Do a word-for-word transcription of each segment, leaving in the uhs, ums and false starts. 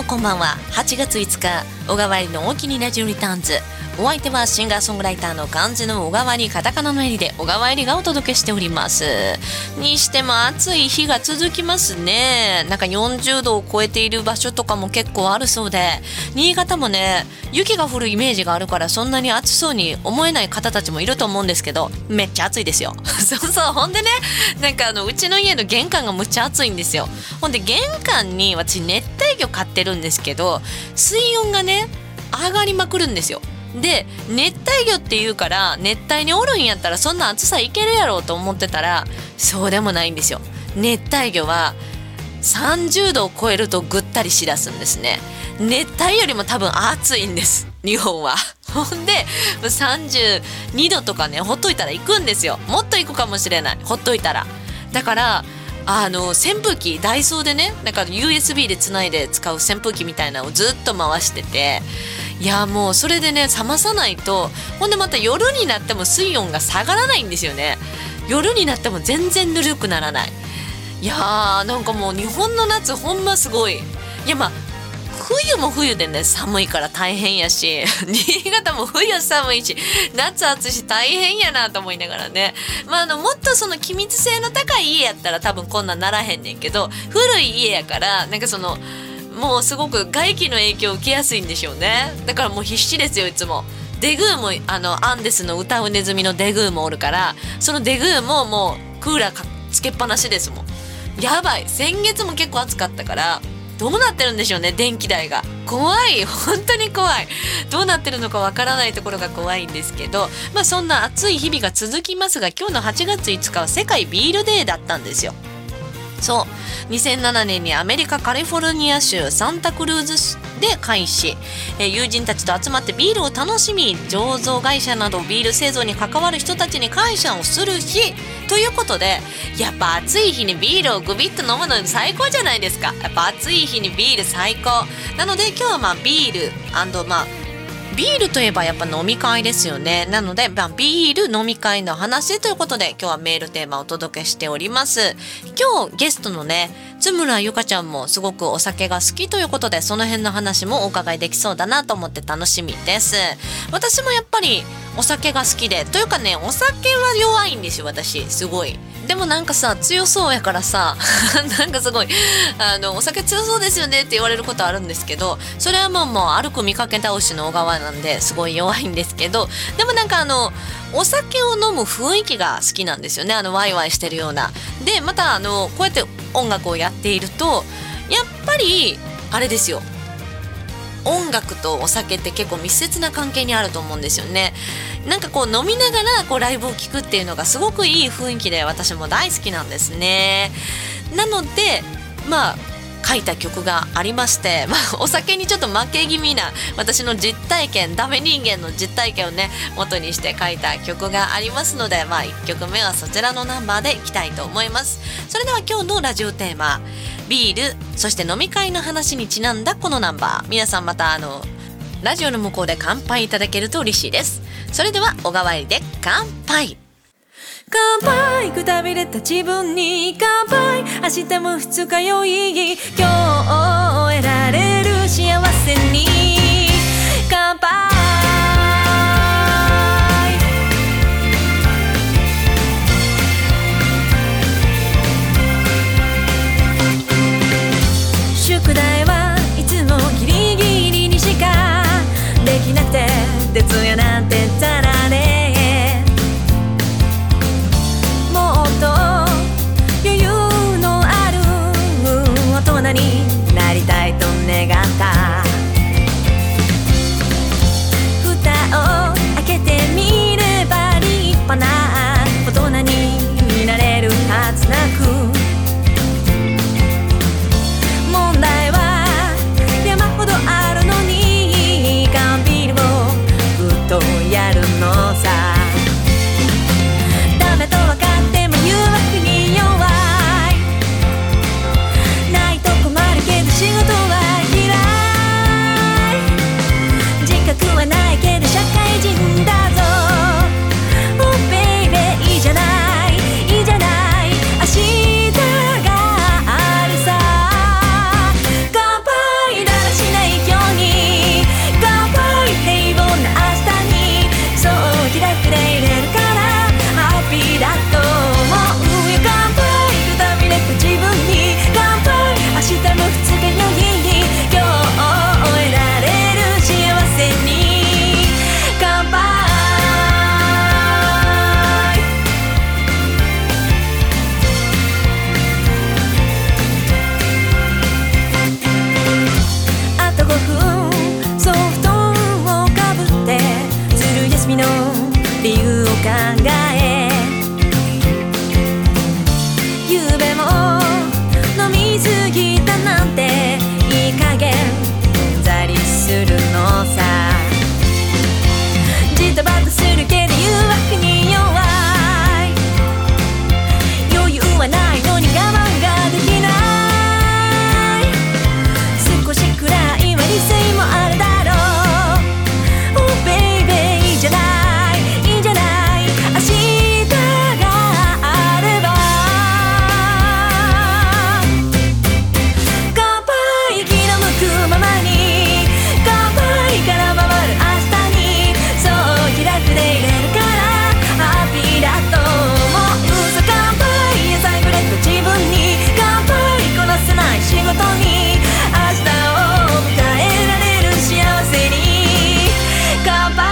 こんばんは。はちがついつか、小川入りの大きにラジオリターンズ。お相手はシンガーソングライターの漢字の小川入り、カタカナの入りで小川入りがお届けしております。にしても暑い日が続きますね。なんかよんじゅうどを超えている場所とかも結構あるそうで、新潟もね、雪が降るイメージがあるからそんなに暑そうに思えない方たちもいると思うんですけど、めっちゃ暑いですよ。そうそう。ほんでね、なんかあのうちの家の玄関がむっちゃ暑いんですよ。ほんで玄関に私熱帯魚飼ってるんですけど、水温がね上がりまくるんですよ。で熱帯魚っていうから熱帯におるんやったらそんな暑さいけるやろうと思ってたら、そうでもないんですよ。熱帯魚はさんじゅうどを超えるとぐったりしだすんですね。熱帯よりも多分暑いんです、日本は。ほんでさんじゅうにどとかね、ほっといたら行くんですよ。もっと行くかもしれない、ほっといたら。だからあの扇風機、ダイソーでね、なんか ユーエスビー でつないで使う扇風機みたいなのをずっと回してて、いやもうそれでね冷まさないと、ほんでまた夜になっても水温が下がらないんですよね。夜になっても全然ぬるくならない。いやーなんかもう日本の夏ほんますごい。いやまあ冬も冬でね寒いから大変やし、新潟も冬寒いし夏暑いし大変やなと思いながらね、まあ、あのもっとその気密性の高い家やったら多分こんなんならへんねんけど、古い家やからなんかそのもうすごく外気の影響を受けやすいんでしょうね。だからもう必死ですよ。いつもデグーもあのアンデスの歌うネズミのデグーもおるから、そのデグーももうクーラーかつけっぱなしですもん。やばい。先月も結構暑かったからどうなってるんでしょうね、電気代が。怖い、本当に怖い。どうなってるのかわからないところが怖いんですけど、まあそんな暑い日々が続きますが、今日のはちがついつかは世界ビールデーだったんですよ。そう、にせんななねんにアメリカカリフォルニア州サンタクルーズ市で開始、えー、友人たちと集まってビールを楽しみ、醸造会社などビール製造に関わる人たちに感謝をする日ということで、やっぱ暑い日にビールをグビッと飲むの最高じゃないですか。やっぱ暑い日にビール最高なので、今日はまあビール&まあビールといえばやっぱ飲み会ですよね。なので、まあ、ビール飲み会の話ということで、今日はメールテーマをお届けしております。今日ゲストのね津村ゆかちゃんもすごくお酒が好きということで、その辺の話もお伺いできそうだなと思って楽しみです。私もやっぱりお酒が好きで、というかね、お酒は弱いんですよ私、すごい。でもなんかさ強そうやからさなんかすごいあのお酒強そうですよねって言われることあるんですけど、それはもうもう歩く見かけ倒しの小川なんですごい弱いんですけど、でもなんかあのお酒を飲む雰囲気が好きなんですよね。あのワイワイしてるような。でまたあのこうやって音楽をやっているとやっぱりあれですよ、音楽とお酒って結構密接な関係にあると思うんですよね。なんかこう飲みながらこうライブを聴くっていうのがすごくいい雰囲気で、私も大好きなんですね。なのでまあ書いた曲がありまして、まあ、お酒にちょっと負け気味な私の実体験、ダメ人間の実体験をね元にして書いた曲がありますので、まあいっきょくめはそちらのナンバーでいきたいと思います。それでは今日のラジオテーマ、ビールそして飲み会の話にちなんだこのナンバー、皆さんまたあのラジオの向こうで乾杯いただけると嬉しいです。それでは小川入りで乾杯。 乾杯、くたびれた自分に乾杯、明日も二日酔い、今日を得られる幸せに乾杯。宿題はいつもギリギリにしかできなくて、徹夜なんてざらで、もっと余裕のある大人になりたいと願ごふんソフトンをかぶってずる休みの理由を考え、ゆうべも飲みすぎたなんていい加減うんざりするのさ。ジタバタするけど誘惑に弱い、余裕はないのに我慢ができない。少しくらいは理性もあるだろう。 Oh baby いいじゃないいいじゃない明日があれば。乾杯気の向くままに、乾杯から回る明日に、そう気楽でいれるからハッピーだと思うぞ。乾杯やさぐれた自分に、乾杯こなせない仕事に、明日を迎えられる幸せに乾杯。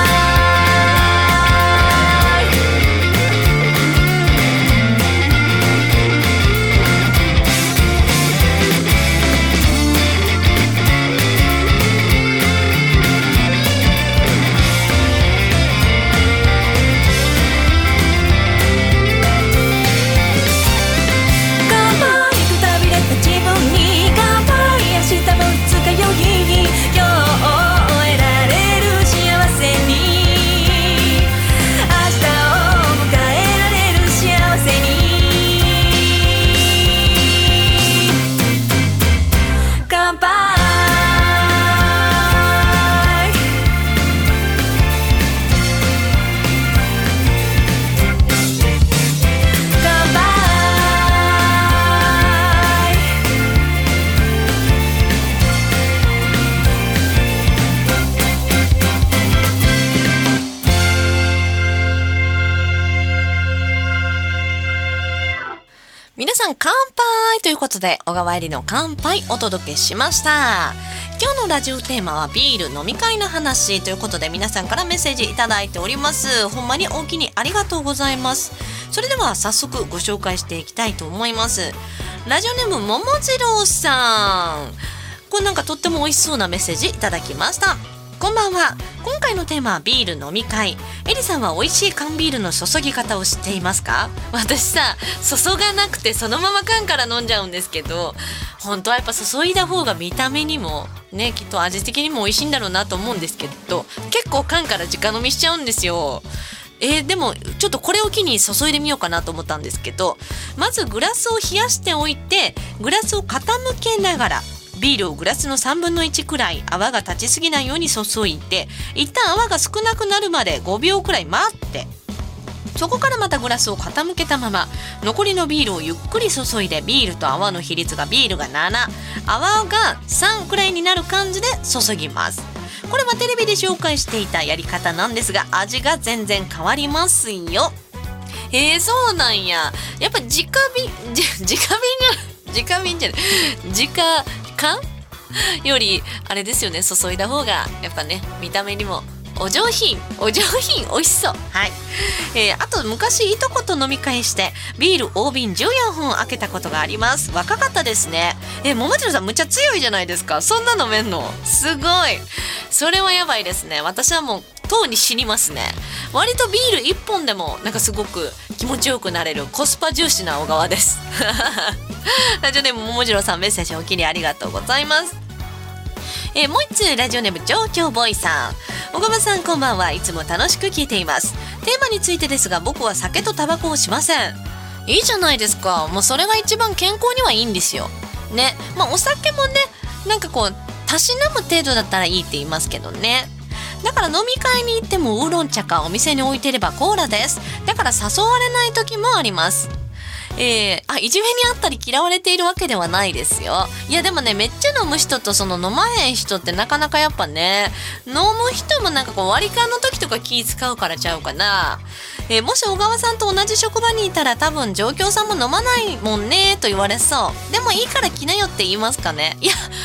乾杯くたびれた自分に、乾杯明日も二日酔い、今日を終えられる幸せに、明日を迎えられる幸せに乾杯。乾杯。 皆さん乾杯ということで、小川えりの乾杯お届けしました。今日のラジオテーマはビール飲み会の話ということで、皆さんからメッセージいただいております。ほんまに大きにありがとうございます。それでは早速ご紹介していきたいと思います。ラジオネームももじろうさん、これなんかとっても美味しそうなメッセージいただきました。こんばんは。今回のテーマはビール飲み会。エリさんは美味しい缶ビールの注ぎ方を知っていますか？私さ、注がなくてそのまま缶から飲んじゃうんですけど、本当はやっぱ注いだ方が見た目にもね、きっと味的にも美味しいんだろうなと思うんですけど、結構缶から直飲みしちゃうんですよ。えー、でもちょっとこれを機に注いでみようかなと思ったんですけど、まずグラスを冷やしておいて、グラスを傾けながらビールをグラスのさんぶんのいちくらい泡が立ちすぎないように注いで、一旦泡が少なくなるまでごびょうくらい待って、そこからまたグラスを傾けたまま残りのビールをゆっくり注いで、ビールと泡の比率がビールがなな、泡がさんくらいになる感じで注ぎます。これはテレビで紹介していたやり方なんですが、味が全然変わりますよ。えー、そうなんや。やっぱ直瓶じ直瓶じゃ直瓶じゃない直缶よりあれですよね、注いだ方がやっぱね、見た目にもお上品お上品美味しそう。はい、えー、あと昔いとこと飲み会してビール大瓶じゅうよんほん開けたことがあります。若かったですね。えー、ももちろさんむっちゃ強いじゃないですか。そんな飲めんのすごい。それはやばいですね。私はもうとうに死にますね。割とビールいっぽんでもなんかすごく気持ちよくなれるコスパ重視な小川ですラジオネームももじろうさん、メッセージおきりありがとうございます。えー、もう一通ラジオネーム上京ボーイさん、小川さんこんばんは。いつも楽しく聞いています。テーマについてですが、僕は酒とタバコをしません。いいじゃないですか。もうそれが一番健康にはいいんですよね。まあお酒もね、なんかこうたしなむ程度だったらいいって言いますけどね。だから飲み会に行ってもウーロン茶かお店に置いてればコーラです。だから誘われない時もあります。えー、あいじめにあったり嫌われているわけではないですよ。いやでもね、めっちゃ飲む人とその飲まへん人ってなかなかやっぱね、飲む人もなんかこう割り勘の時とか気使うからちゃうかな。えー、もし小川さんと同じ職場にいたら多分上京さんも飲まないもんねと言われそう。でもいいから来なよって言いますかね。いや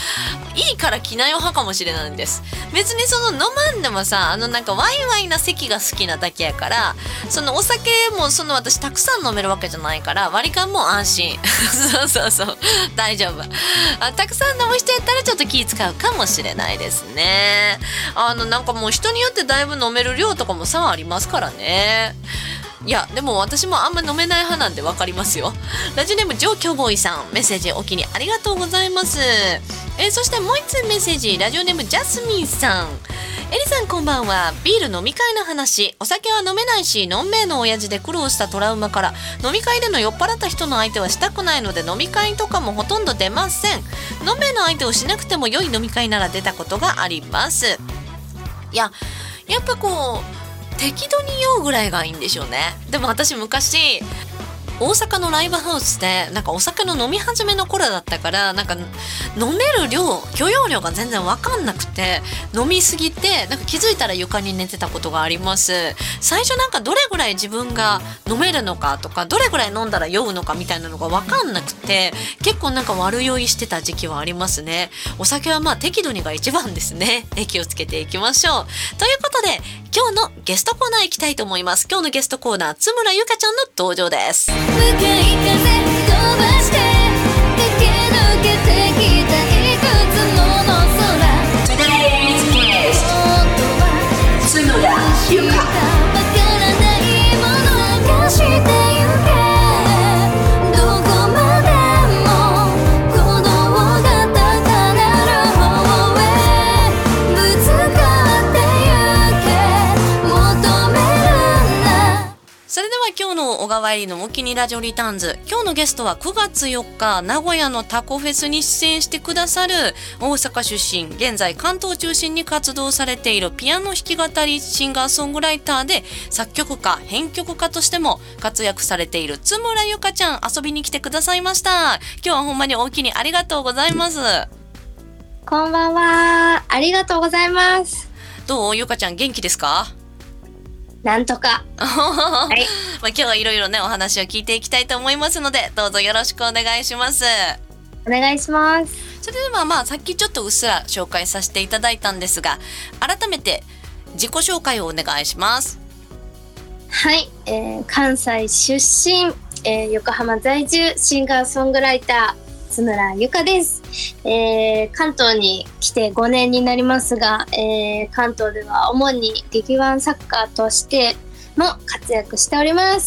いいから来なよ派かもしれないんです。別にその飲まんでもさ、あのなんかワイワイな席が好きなだけやから、そのお酒もその私たくさん飲めるわけじゃないから割り勘も安心そうそうそう大丈夫。あ、たくさん飲む人やったらちょっと気使うかもしれないですね。あのなんかもう人によってだいぶ飲める量とかも差ありますからね。いやでも私もあんま飲めない派なんで分かりますよ。ラジオネーム上京ボーイさん、メッセージお気にありがとうございます。えー、そしてもう一通メッセージ、ラジオネームジャスミンさん、エリさんこんばんは。ビール飲み会の話、お酒は飲めないしのんべえの親父で苦労したトラウマから飲み会での酔っ払った人の相手はしたくないので飲み会とかもほとんど出ません。のんべえの相手をしなくても良い飲み会なら出たことがあります。いややっぱこう適度に酔うぐらいがいいんでしょうね。でも私昔大阪のライブハウスでなんかお酒の飲み始めの頃だったから、なんか飲める量許容量が全然分かんなくて飲みすぎてなんか気づいたら床に寝てたことがあります。最初なんかどれぐらい自分が飲めるのかとかどれぐらい飲んだら酔うのかみたいなのが分かんなくて結構なんか悪酔いしてた時期はありますね。お酒はまあ適度にが一番ですね。気をつけていきましょう。ということで今日のゲストコーナー行きたいと思います。今日のゲストコーナー、津村ゆかちゃんの登場です。 向かい風飛ばして駆け抜けてきたいくつもの空 Today's guest 津村ゆか。 わからないものがしてゆけどこまでも鼓動が高鳴る方へぶつかってゆけ求めるんだ。 それでは今日の小川入りのお気にラジオリターンズ、今日のゲストはくがつよっか名古屋のタコフェスに出演してくださる大阪出身、現在関東を中心に活動されているピアノ弾き語りシンガーソングライターで作曲家編曲家としても活躍されている津村ゆかちゃん、遊びに来てくださいました。今日はほんまにお気にありがとうございます。 こんばんは。ありがとうございます。 どうゆかちゃん、元気ですか？ なんとか。 はい。まあ今日はいろいろねお話を聞いていきたいと思いますので、どうぞよろしくお願いします。 お願いします。 それではまあさっきちょっとうっすら紹介させていただいたんですが、改めて自己紹介をお願いします。 はい、えー、関西出身、えー、横浜在住シンガーソングライター津村ゆかです。えー、関東に来てごねんになりますが、えー、関東では主に劇伴作家としても活躍しております。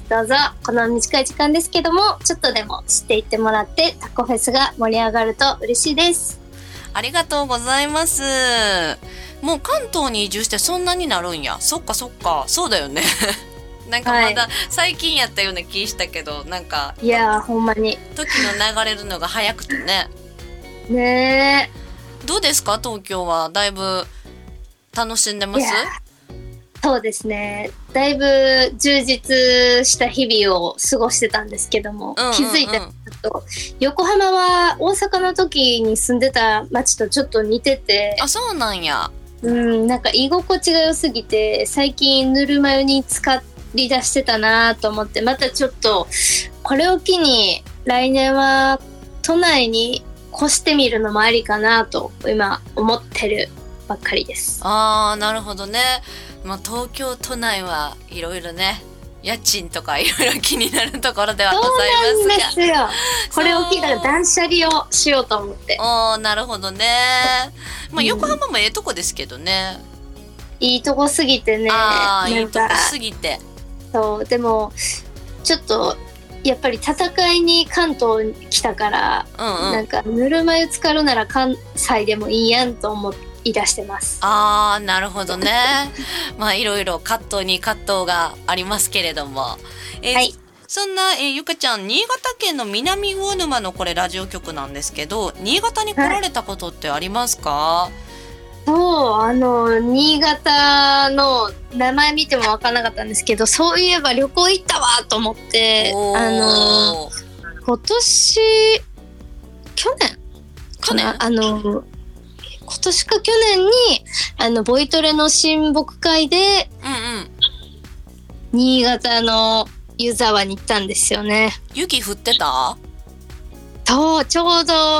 どうぞこの短い時間ですけどもちょっとでも知っていってもらってタコフェスが盛り上がると嬉しいです。 ありがとうございます。もう関東に移住してそんなになるんや。そっかそっか、そうだよねなんかまだ最近やったような気したけど、はい、なんかいやほんまに時の流れるのが早くてねねえ。どうですか東京は？だいぶ楽しんでます？ そうですね、だいぶ充実した日々を過ごしてたんですけども、うんうんうん、気づいたらと横浜は大阪の時に住んでた街とちょっと似てて。 あ、そうなんや。 うん、なんか居心地が良すぎて最近ぬるま湯に使り出してたなと思って、またちょっとこれを機に来年は都内に越してみるのもありかなと今思ってるばっかりです。 あー、なるほどね。まあ、東京都内はいろいろね家賃とかいろいろ気になるところではございますが、 そうなんですよ。これを聞いたら断捨離をしようと思って。 おー、なるほどね。まあ、横浜もええとこですけどね、 うん、いいとこすぎてね。 あー、いいとこすぎて。 そうでもちょっとやっぱり戦いに関東に来たから、うんうん、なんかぬるま湯浸かるなら関西でもいいやんと思って言い出してます。 あー、なるほどねまあいろいろ葛藤に葛藤がありますけれども、えーはい、そんな、えー、ゆかちゃん、新潟県の南魚沼のこれラジオ局なんですけど、新潟に来られたことってありますか？はい、 そう、あの新潟の名前見ても分からなかったんですけど、そういえば旅行行ったわと思って、あの今年去年去年あの今年か去年にあのボイトレの親睦会で、うんうん、新潟の湯沢に行ったんですよね。 雪降ってた？ そう、ちょうど降っ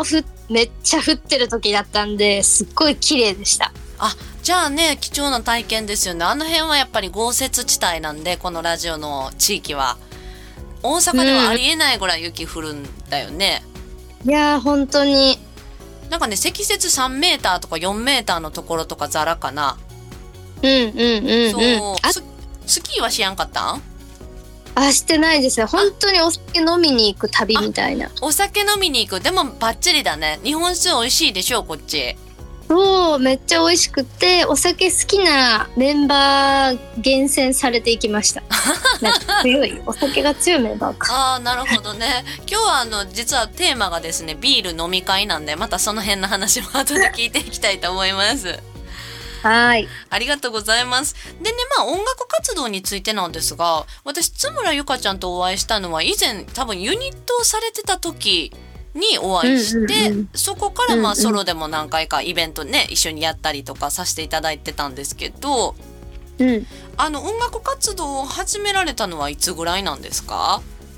めっちゃ降ってる時だったんですっごい綺麗でした。 あ、じゃあね、貴重な体験ですよね。あの辺はやっぱり豪雪地帯なんで、このラジオの地域は大阪ではありえないぐらい雪降るんだよね、 うん、いやー本当になんかね、積雪さんメーターとかよんメーターのところとかザラかな。 うんうんうんうん。 そうあス, スキーはしやんかったん？ あ、してないですね。本当にお酒飲みに行く旅みたいな。 お酒飲みに行く。でもバッチリだね。日本酒美味しいでしょこっち。 そう、めっちゃ美味しくて、お酒好きなメンバー厳選されていきました。なんか強い、お酒が強いメンバーか。 ああ、なるほどね。今日はあの実はテーマがですね、ビール飲み会なんで、またその辺の話も後で聞いていきたいと思います。 はい。 ありがとうございます。でね、まあ音楽活動についてなんですが、私津村ゆかちゃんとお会いしたのは以前多分ユニットをされてた時にお会いして、うんうんうん、そこからまあソロでも何回かイベントね、一緒にやったりとかさせていただいてたんですけど、 うん、 あの音楽活動を始められたのはいつぐらいなんですか？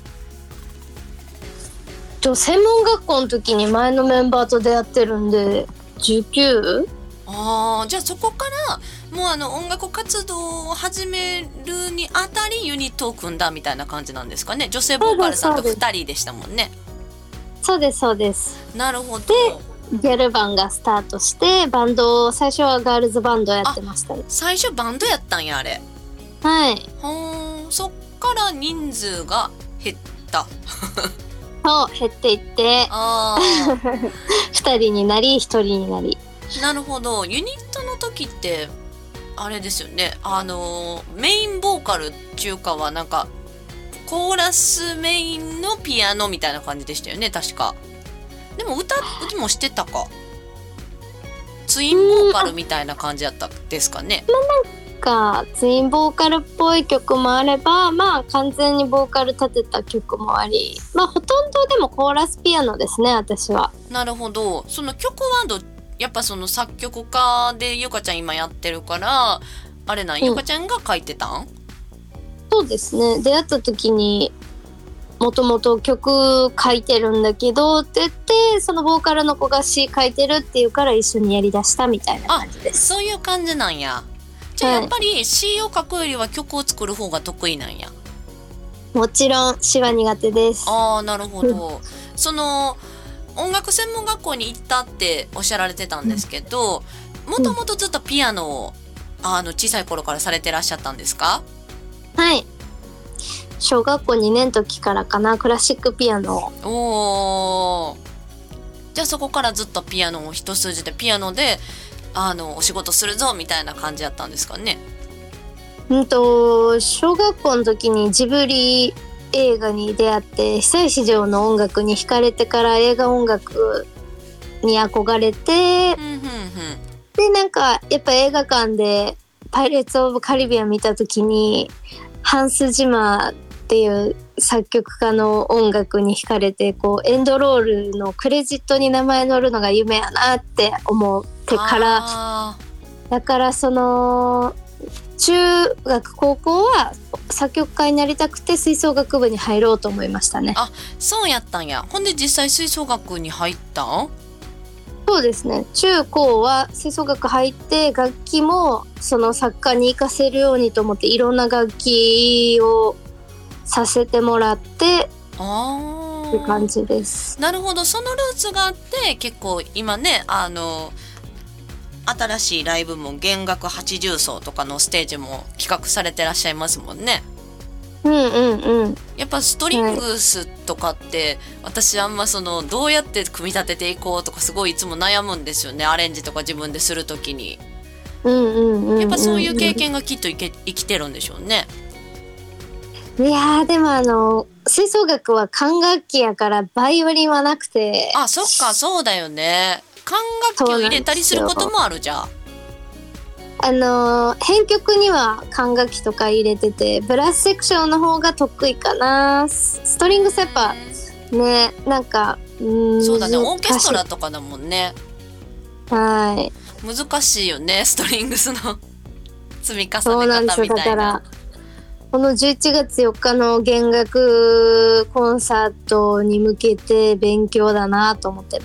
と専門学校の時に前のメンバーと出会ってるんでじゅうきゅう？ ああ、じゃあそこからもうあの音楽活動を始めるにあたりユニットを組んだみたいな感じなんですかね。女性ボーカルさんとふたりでしたもんね。 そうですそうです。 なるほど。 でギャルバンがスタートしてバンド、最初はガールズバンドやってましたね。 最初バンドやったんやあれ。 はい。 ほー、そっから人数が減ったそう減っていってあふたりになりひとりになり。 なるほど。ユニットの時ってあれですよね、あのメインボーカルっていうかはなんかコーラスメインのピアノみたいな感じでしたよね確か。でも歌歌もしてたか。ツインボーカルみたいな感じだったですかね。 まあ、なんかツインボーカルっぽい曲もあれば、まあ完全にボーカル立てた曲もあり、まあほとんどでもコーラスピアノですね私は。 なるほど。その曲はどやっぱその作曲家でゆかちゃん今やってるからあれなん、うん、ゆかちゃんが書いてたん？ そうですね。出会った時にもともと曲書いてるんだけどって言ってそのボーカルの子が詩書いてるっていうから一緒にやりだしたみたいな感じです。 あ、そういう感じなんや。じゃあやっぱり詩を書くよりは曲を作る方が得意なんや。 もちろん詩は苦手です。 ああ、なるほど。その音楽専門学校に行ったっておっしゃられてたんですけど、もともとずっとピアノをあの小さい頃からされてらっしゃったんですか？ はい。小学校にねんの時からかな、クラシックピアノを。おー。じゃあそこからずっとピアノを一筋でピアノであのお仕事するぞみたいな感じだったんですかね？ うんと小学校の時にジブリ映画に出会って久石譲の音楽に惹かれてから映画音楽に憧れて、 うんうんうん、 でなんかやっぱ映画館でパイレーツ・オブ・カリビアン見た時にハンス・ジマーっていう作曲家の音楽に惹かれてこうエンドロールのクレジットに名前載るのが夢やなって思ってからだからその中学高校は作曲家になりたくて吹奏楽部に入ろうと思いましたね。 あ、そうやったんや。ほんで実際吹奏楽に入ったん？ そうですね。中高は吹奏楽入って楽器もその作家に活かせるようにと思っていろんな楽器をさせてもらってあって感じです。 なるほど。そのルーツがあって結構今ねあの新しいライブも弦楽八重奏とかのステージも企画されてらっしゃいますもんね。 うんうんうん。 やっぱストリングスとかって、はい、私あんまそのどうやって組み立てていこうとかすごいいつも悩むんですよね。アレンジとか自分でするときに。 うんうんうんうんうん。 やっぱそういう経験がきっといけ生きてるんでしょうね。 いやーでもあの吹奏楽は管楽器やからバイオリンはなくて。 あ、そっかそうだよね。管楽器を入れたりすることもあるじゃん。 あのー、編曲には管楽器とか入れててブラスセクションの方が得意かな。ストリングスやっぱねなんかうんそうだね。オーケストラとかだもんね。 はい難しいよねストリングスの積み重ね方みたいな。 そうなんですよ。だからこのじゅういちがつよっかの弦楽コンサートに向けて勉強だなと思ってます。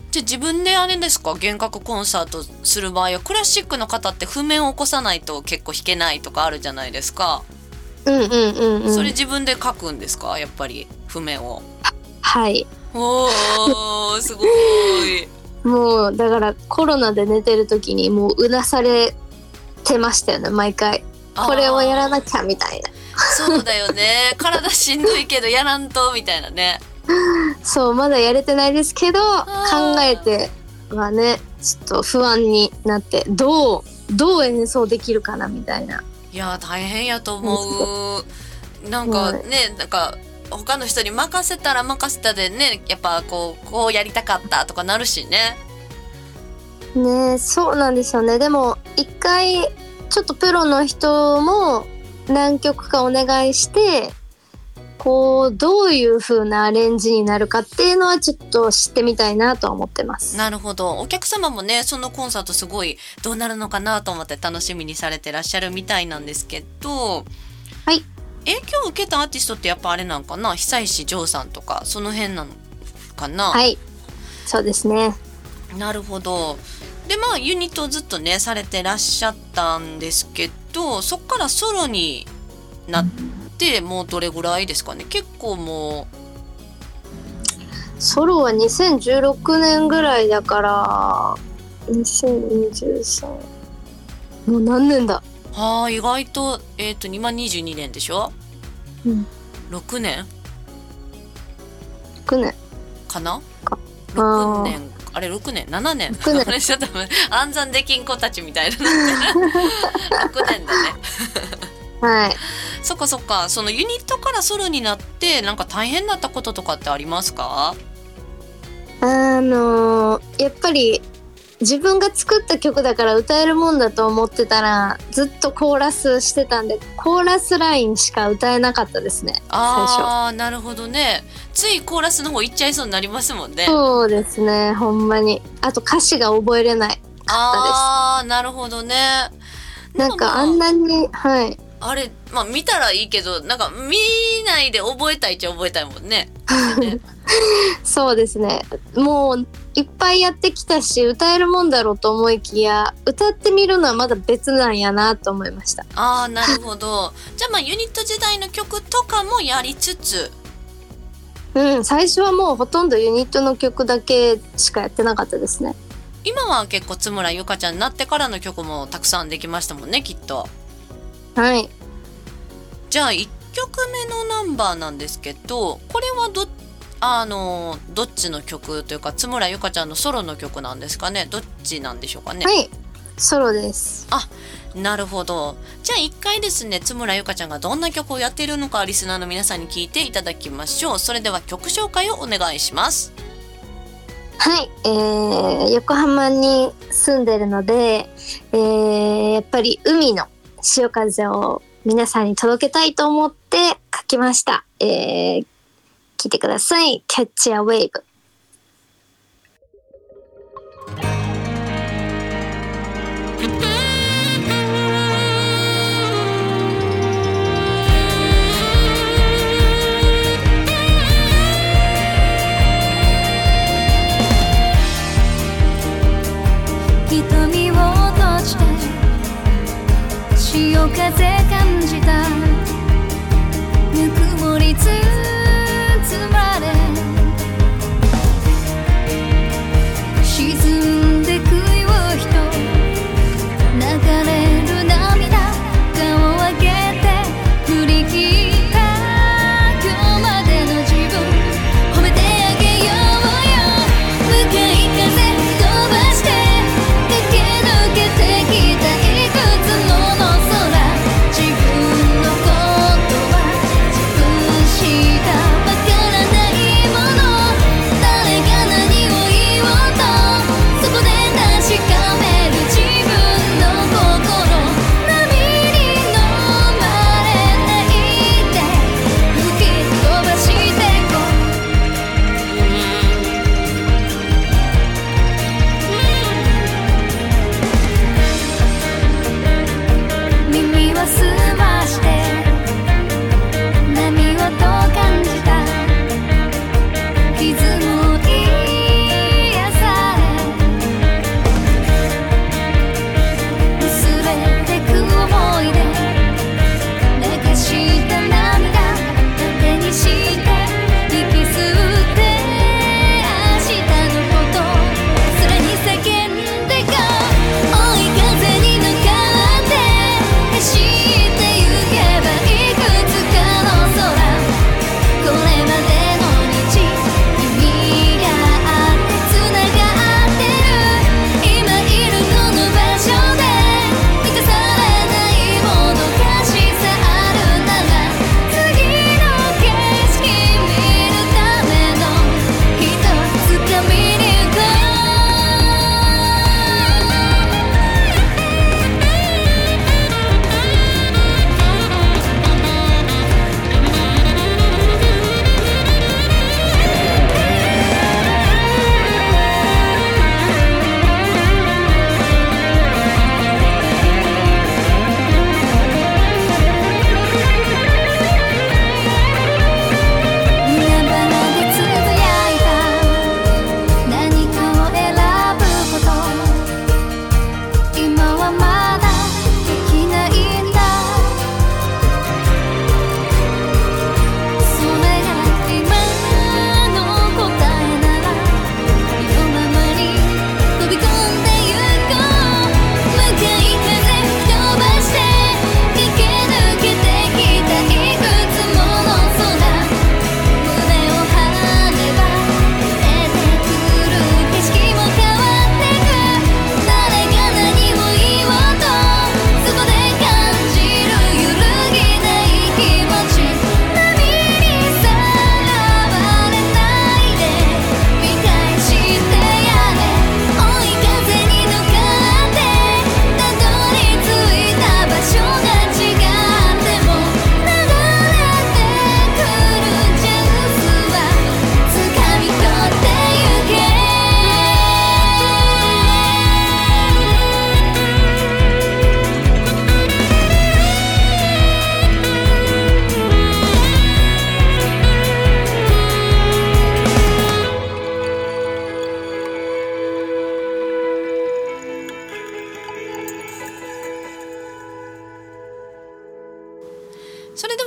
じゃあ自分であれですか、弦楽コンサートする場合はクラシックの方って譜面を起こさないと結構弾けないとかあるじゃないですか。 うんうんうんうん。 それ自分で書くんですか、やっぱり譜面を。 はい。 おーすごい。 もうだからコロナで寝てる時にもううなされてましたよね、毎回。これをやらなきゃみたいな。 そうだよね。体しんどいけどやらんとみたいなね。 そう、まだやれてないですけど考えてはね、ちょっと不安になってどうどう演奏できるかなみたいな。 いや大変やと思う。なんかね、なんか他の人に任せたら任せたでね、やっぱこうこうやりたかったとかなるしね。 ね、そうなんですよね。でも一回ちょっとプロの人も何曲かお願いして、こうどういう風なアレンジになるかっていうのはちょっと知ってみたいなとは思ってます。 なるほど。お客様もね、そのコンサートすごいどうなるのかなと思って楽しみにされてらっしゃるみたいなんですけど、 はい。 影響を受けたアーティストってやっぱあれなんかな、久石譲さんとかその辺なのかな。 はい、そうですね。 なるほど。でまあユニットをずっとねされてらっしゃったんですけど、そっからソロになってもうどれぐらいですかね。結構もうソロはにせんじゅうろくねんぐらいだからにせんにじゅうさん、もう何年だ。 はあ、意外とえっ、ー、と今にじゅうにねんでしょ、 うん、 ろくねんろくねんかな。ろくねん、あれろくねんななねんちょっと暗算できん子たちみたいなろくねんだねはい。 そっかそっか。そのユニットからソロになってなんか大変だったこととかってありますか？ あのー、やっぱり自分が作った曲だから歌えるもんだと思ってたらずっとコーラスしてたんで、コーラスラインしか歌えなかったですね。 ああ、なるほどね。ついコーラスの方行っちゃいそうになりますもんね。 そうですね、ほんまに。あと歌詞が覚えれないかったです。 ああ、なるほどね。 なんかあんなに、はい。 あれ、まあ見たらいいけど、なんか見ないで覚えたいっちゃ覚えたいもんね。 そうですね。もういっぱいやってきたし歌えるもんだろうと思いきや、歌ってみるのはまだ別なんやなと思いました。 ああ、なるほど。じゃあまあユニット時代の曲とかもやりつつ、 うん、最初はもうほとんどユニットの曲だけしかやってなかったですね。 今は結構津村ゆかちゃんになってからの曲もたくさんできましたもんね、きっと。 はい。 じゃあいっきょくめのナンバーなんですけど、これはどあのどっちの曲というか津村ゆかちゃんのソロの曲なんですかね。どっちなんでしょうかね。 はい、ソロです。 あ、なるほど。じゃあ一回ですね、津村ゆかちゃんがどんな曲をやっているのかリスナーの皆さんに聞いていただきましょう。それでは曲紹介をお願いします。 はい、えー、横浜に住んでるので、えー、やっぱり海の潮風を皆さんに届けたいと思って書きました。えー、聞いてください。 Catch a Wave。 瞳を閉じて潮風感じた、ぬくもり包まれ沈んでく夕日と流れる涙、顔を上げて振り切った今日までの自分褒めてあげようよ。向かい風飛ばして駆け抜けてきたいくつもの空、自分のことは自分次第。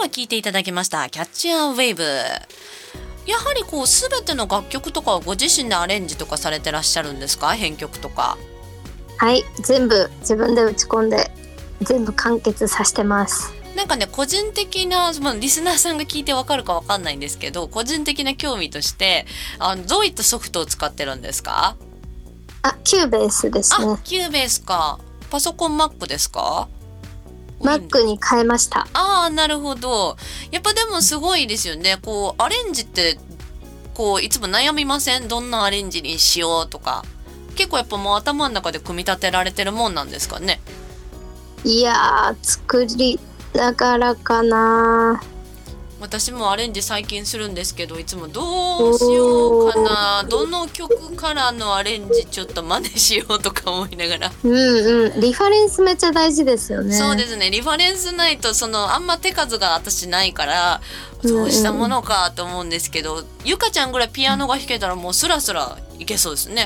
は聴いていただきましたキャッチアウェーブ。やはりこう全ての楽曲とかをご自身でアレンジとかされてらっしゃるんですか？編曲とか。 はい、全部自分で打ち込んで全部完結させてます。 なんかね、個人的な、まあ、リスナーさんが聞いてわかるかわかんないんですけど、個人的な興味としてあのどういったソフトを使ってるんですか？ あ、キューベースですね。 あ、キューベースか。パソコン Mac ですか？ Mac に変えました。 ああ、なるほど。やっぱでもすごいですよね。こうアレンジってこういつも悩みません？どんなアレンジにしようとか。結構やっぱもう頭の中で組み立てられてるもんなんですかね？ いやー、作りながらかな。 私もアレンジ最近するんですけど、いつもどうしようかな、どの曲からのアレンジちょっと真似しようとか思いながら。 うんうん、リファレンスめっちゃ大事ですよね。 そうですね、リファレンスないとそのあんま手数が私ないからそうしたものかと思うんですけど、うんうん、ゆかちゃんぐらいピアノが弾けたらもうスラスラいけそうですね。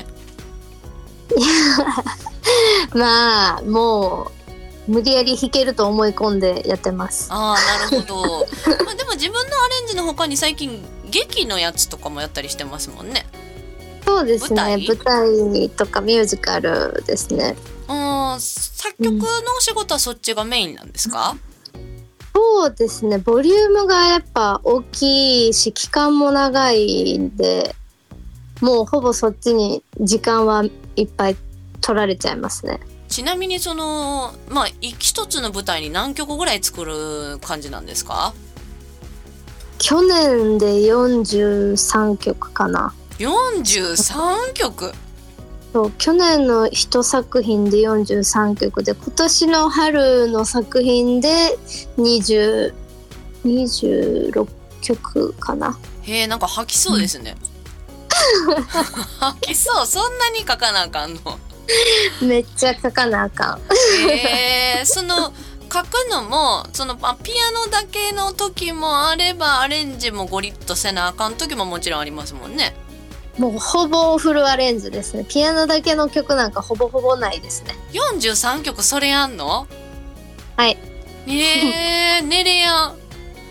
まあもう無理やり弾けると思い込んでやってます。 ああ、なるほど。まあでも自分のアレンジの他に最近劇のやつとかもやったりしてますもんね。 そうですね、舞台、舞台とかミュージカルですね。 うん、作曲のお仕事はそっちがメインなんですか？ うん、そうですね、ボリュームがやっぱ大きいし期間も長いんで、もうほぼそっちに時間はいっぱい取られちゃいますね。 ちなみにそのまあ一つの舞台に何曲ぐらい作る感じなんですか？ 去年でよんじゅうさんきょくかな。 よんじゅうさんきょく。 そう、去年の一作品でよんじゅうさんきょくで、今年の春の作品でにじゅう、にじゅうろっきょくかな。 へえ、なんか吐きそうですね。吐きそう。そんなに書かなあかんの？ めっちゃ書かなあかん。 えー、その書くのもそのピアノだけの時もあればアレンジもゴリッとせなあかん時ももちろんありますもんね。 もうほぼフルアレンジですね。ピアノだけの曲なんかほぼほぼないですね。 よんじゅうさんきょくそれやんの？ はい。 えー、寝れやん。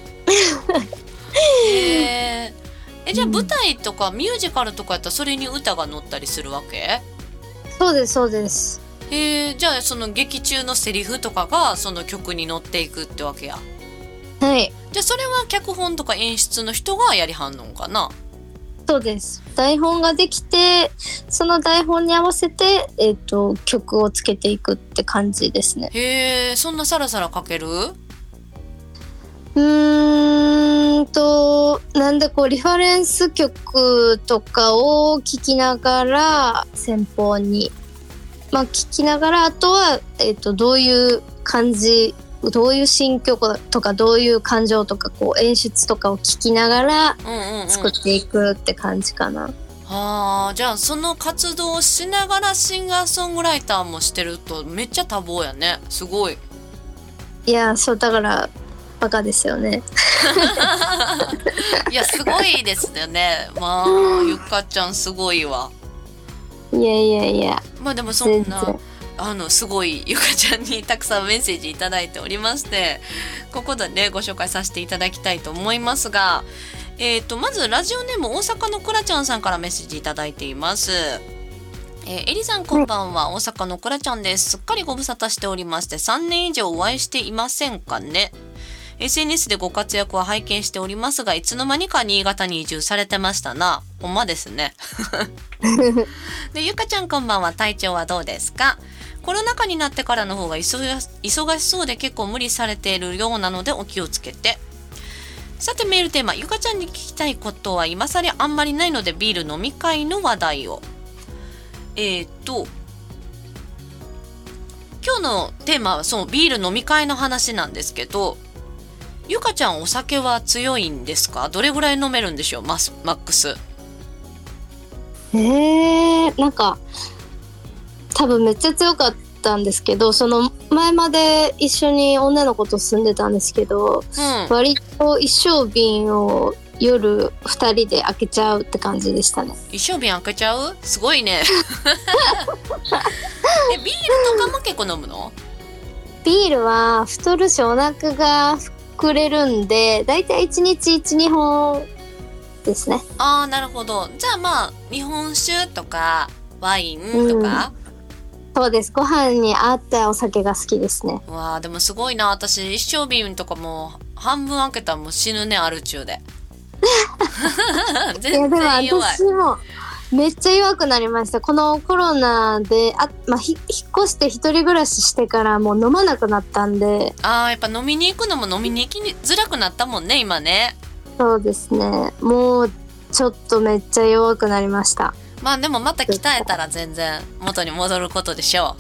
えー、えじゃあ舞台とかミュージカルとかやったらそれに歌が載ったりするわけ？ そうですそうです。 えー、じゃあその劇中のセリフとかがその曲に乗っていくってわけや。 はい。 じゃあそれは脚本とか演出の人がやりはんのかな？ そうです。台本ができて、その台本に合わせて、えーと、曲をつけていくって感じですね。 へえ、そんなサラサラ書ける？ うーんと、なんでこうリファレンス曲とかを聴きながら先方に、まあ聴きながら、あとは、えーと、どういう感じ、どういう心境とかどういう感情とかこう演出とかを聞きながら作っていくって感じかな。うんうんうん、 はあ、じゃあその活動をしながらシンガーソングライターもしてるとめっちゃ多忙やね。すごい。 いや、そうだからバカですよね。 いや、すごいですよね。まあゆかちゃんすごいわ。 いやいやいや。 まあでもそんなあのすごいゆかちゃんにたくさんメッセージいただいておりまして、ここでねご紹介させていただきたいと思いますが、えーとまずラジオネーム大阪のくらちゃんさんからメッセージいただいています。えー、エリさんこんばんは、大阪のくらちゃんです。すっかりご無沙汰しておりましてさんねん以上お会いしていませんかね。 エスエヌエス でご活躍は拝見しておりますが、いつの間にか新潟に移住されてましたな。ほんまですね。でゆかちゃんこんばんは、体調はどうですか？コロナ禍になってからの方が忙しそうで結構無理されているようなのでお気をつけて。さてメールテーマ、ゆかちゃんに聞きたいことは今更あんまりないのでビール飲み会の話題を。えーと今日のテーマはそのビール飲み会の話なんですけど、ゆかちゃんお酒は強いんですか？どれぐらい飲めるんでしょう？マスマックス。 えー、なんか多分めっちゃ強かったんですけど、その前まで一緒に女の子と住んでたんですけど、うん、割と一升瓶を夜ふたりで開けちゃうって感じでしたね。 一升瓶開けちゃう？すごいね。えビールとかも結構飲むの？ ビールは太るしお腹が作れるんで、だいたいいちにちいち、にほんですね。 ああ、なるほど。じゃあまあ日本酒とかワインとか、 うん、そうです。ご飯に合ったお酒が好きですね。 わあ、でもすごいな。私一升瓶とかもう半分開けたらもう死ぬね、アル中で。全然弱い。 いやでも私もめっちゃ弱くなりました。このコロナで、あ、まあ、ひ引っ越して一人暮らししてからもう飲まなくなったんで。 ああ、やっぱ飲みに行くのも飲みに行きづらくなったもんね、今ね。 そうですね。もうちょっとめっちゃ弱くなりました。 まあでもまた鍛えたら全然元に戻ることでしょう。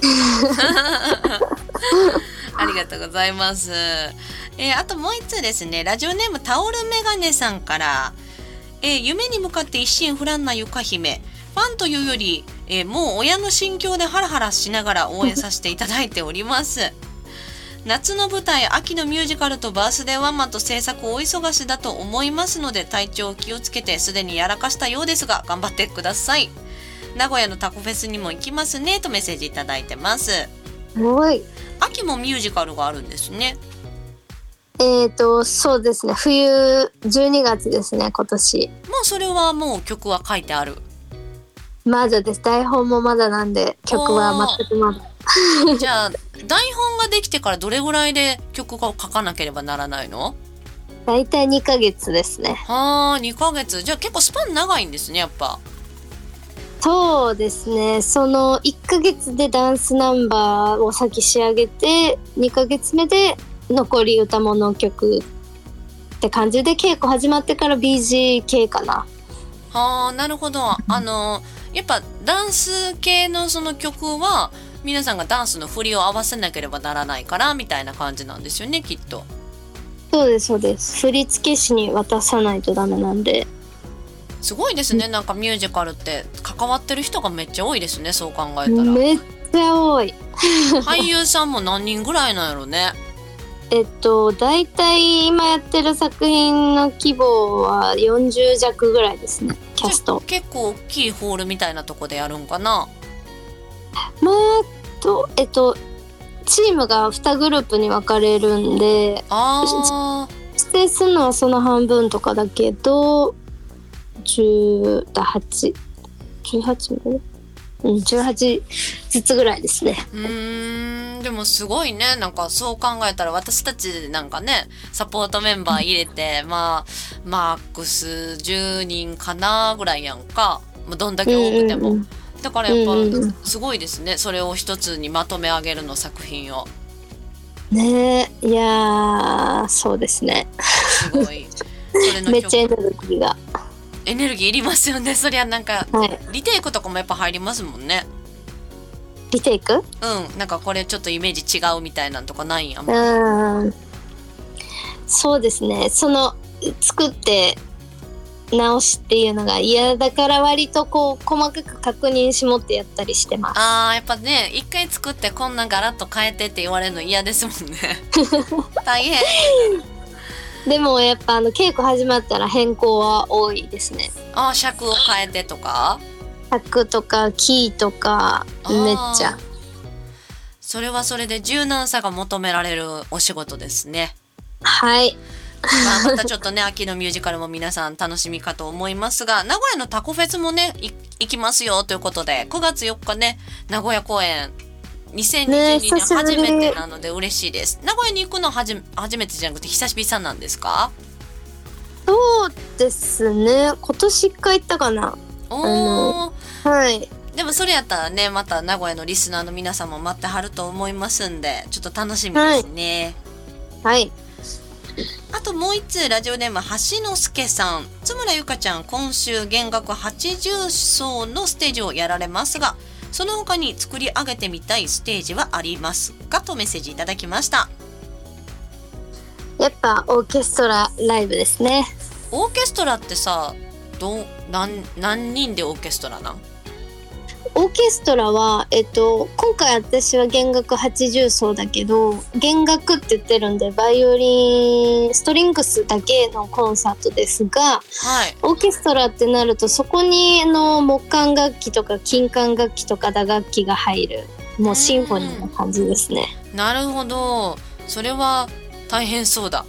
ありがとうございます。えー、あともう一つですね、ラジオネームタオルメガネさんから、えー、夢に向かって一心不乱なゆか姫、ファンというより、えー、もう親の心境でハラハラしながら応援させていただいております。夏の舞台、秋のミュージカルとバースデーワンマンと制作大忙しだと思いますので、体調を気をつけて、すでにやらかしたようですが頑張ってください。名古屋のタコフェスにも行きますねとメッセージいただいてます。 はい。 秋もミュージカルがあるんですね。 えっとそうですね、冬じゅうにがつですね、今年。 もうそれはもう曲は書いてある？ まだです。台本もまだなんで、曲は全くまだ。 じゃあ台本ができてからどれぐらいで曲を書かなければならないの？ だいたいにかげつですね。 はあ、にかげつ。じゃあ結構スパン長いんですね、やっぱ。 そうですね。そのいっかげつでダンスナンバーを先仕上げて、にかげつめで残り歌物曲って感じで、稽古始まってから ビージー 系かな。 はあ、なるほど。あのやっぱダンス系のその曲は皆さんがダンスの振りを合わせなければならないからみたいな感じなんですよね、きっと。 そうですそうです。振付師に渡さないとダメなんで。 すごいですね。なんかミュージカルって関わってる人がめっちゃ多いですね、そう考えたら。 めっちゃ多い。 俳優さんも何人ぐらいなんやろね。 えっとだいたい今やってる作品の規模はよんじゅうじゃくぐらいですね、キャスト。 結構大きいホールみたいなとこでやるんかな。 まあとえっとチームがにグループに分かれるんで、 あ指定するのはその半分とかだけど、じゅうはち、じゅうはち名、うん、じゅうはちずつぐらいですね。 うーん、でもすごいね。なんかそう考えたら私たちなんかね、サポートメンバー入れて、まあマックスじゅうにんかなぐらいやんか。もうどんだけ多くても、うんうんうん、だからやっぱすごいですね。それを一つにまとめ上げるの、作品をねえ。いやー、そうですね。 すごい。それのめっちゃエネルギーがエネルギーいりますよね。そりゃなんか、 はい、 リテイクとかもやっぱ入りますもんね。 リテイク？ うん、なんかこれちょっとイメージ違うみたいなんとかないんやもん。うん、そうですね。その作って直しっていうのが嫌だから、割とこう細かく確認しもってやったりしてます。 あー、やっぱね、一回作ってこんなガラッと変えてって言われるの嫌ですもんね。大変。 でもやっぱあの稽古始まったら変更は多いですね。 あー、尺を変えてとか、 尺とかキーとかめっちゃ。 それはそれで柔軟さが求められるお仕事ですね。 はい。 まあ、またちょっとね、秋のミュージカルも皆さん楽しみかと思いますが、名古屋のタコフェスもね、行きますよということで、くがつよっかね、名古屋公演にせんにじゅうにねん初めてなので嬉しいです。名古屋に行くのははじ初めてじゃなくて久しぶりさんなんですか？ そうですね。今年いっかい行ったかな。 おー、 はい。 でもそれやったらね、また名古屋のリスナーの皆さんも待ってはると思いますんで、ちょっと楽しみですね。 はい。はい、 あともう一通、ラジオネーム橋之助さん。津村ゆかちゃん、今週弦楽はちじゅう奏のステージをやられますが、その他に作り上げてみたいステージはありますかとメッセージいただきました。 やっぱオーケストラライブですね。 オーケストラってさ、どう何何人でオーケストラなん？ オーケストラは、えっと、今回私は弦楽はちじゅう奏だけど、弦楽って言ってるんでバイオリンストリングスだけのコンサートですが、 はい、 オーケストラってなるとそこにの木管楽器とか金管楽器とか打楽器が入る、もうシンフォニーな感じですね。 なるほど。それは大変そうだ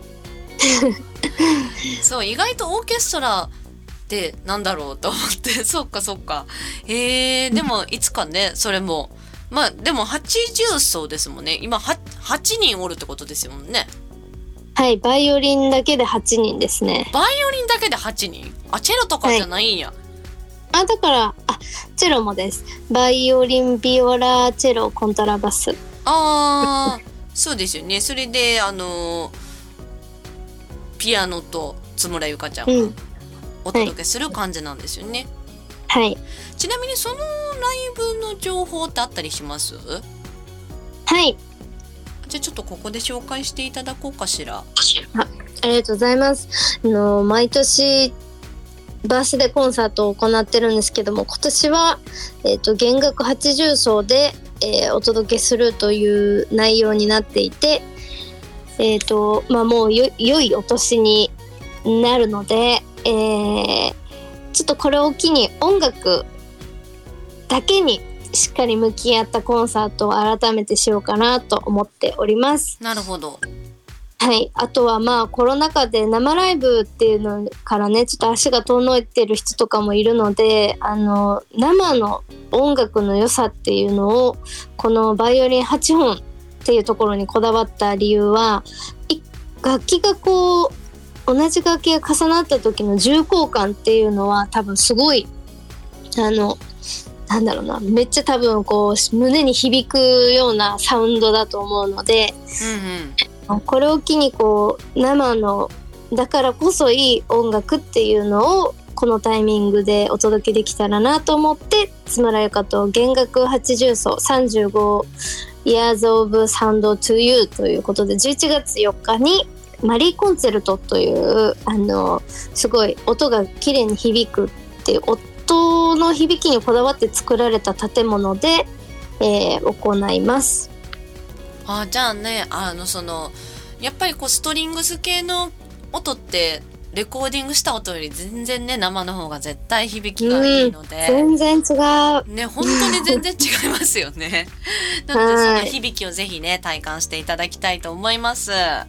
そう意外とオーケストラってなんだろうと思ってそうかそうかへえでもいつかねそれもまあでもはちじゅう奏ですもんね今 は, はちにんおるってことですもんね。 はい、バイオリンだけではちにんですね。 バイオリンだけではちにんあチェロとかじゃないんや、 はい、あだからあチェロもです。バイオリンビオラチェロコントラバスあそうですよね。それであのピアノと津村ゆかちゃんがお届けする感じなんですよね、 はい、 ちなみにそのライブの情報ってあったりします？ はいじゃあちょっとここで紹介していただこうかしら。 あ, ありがとうございます。あの毎年バースデーコンサートを行ってるんですけども今年は、えーと、弦楽はちじゅう奏で、えー、お届けするという内容になっていてえーとまあ、もうよ良いお年になるので、えー、ちょっとこれを機に音楽だけにしっかり向き合ったコンサートを改めてしようかなと思っております。 なるほど。 はい、あとはまあコロナ禍で生ライブっていうのからねちょっと足が遠のいてる人とかもいるのであの生の音楽の良さっていうのをこのバイオリンはちほんっていうところにこだわった理由は楽器がこう同じ楽器が重なった時の重厚感っていうのは多分すごいあのなんだろうなめっちゃ多分こう胸に響くようなサウンドだと思うので、うんうん、これを機にこう生のだからこそいい音楽っていうのをこのタイミングでお届けできたらなと思って津村ゆかと弦楽はちじゅう奏さんじゅうごYears of Sound to You ということでじゅういちがつよっかにマリーコンチェルトというあのすごい音が綺麗に響くっていう音の響きにこだわって作られた建物で、えー、行います。 あじゃあねあのそのやっぱりこうストリングス系の音ってレコーディングした音より全然ね生の方が絶対響きがいいので、 うん、全然違うね本当に全然違いますよねなのでその響きをぜひね体感していただきたいと思います。はい、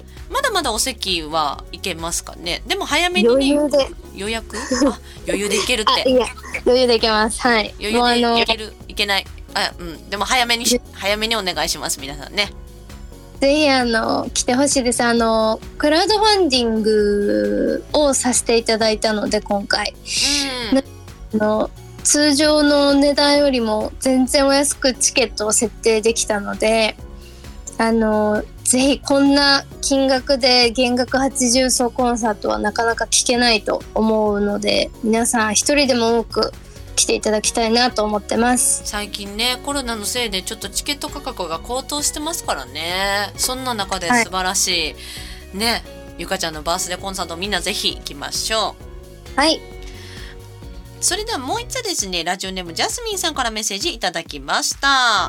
まだまだお席はいけますかね。でも早めにね余裕で予約あ余裕でいけるっていや余裕でいけます。はい余裕でいけるいけないあうんでも早めに早めにお願いします皆さんね。 ぜひあの来てほしいです。あのクラウドファンディングをさせていただいたので今回、うん、あの通常の値段よりも全然お安くチケットを設定できたのであのぜひこんな金額で弦楽はちじゅう奏コンサートはなかなか聴けないと思うので皆さん一人でも多く来ていただきたいなと思ってます。 最近ねコロナのせいでちょっとチケット価格が高騰してますからね。そんな中で素晴らしい、はい、ねゆかちゃんのバースデーコンサートみんなぜひ行きましょう。はい。 それではもう一つですねラジオネームジャスミンさんからメッセージいただきました。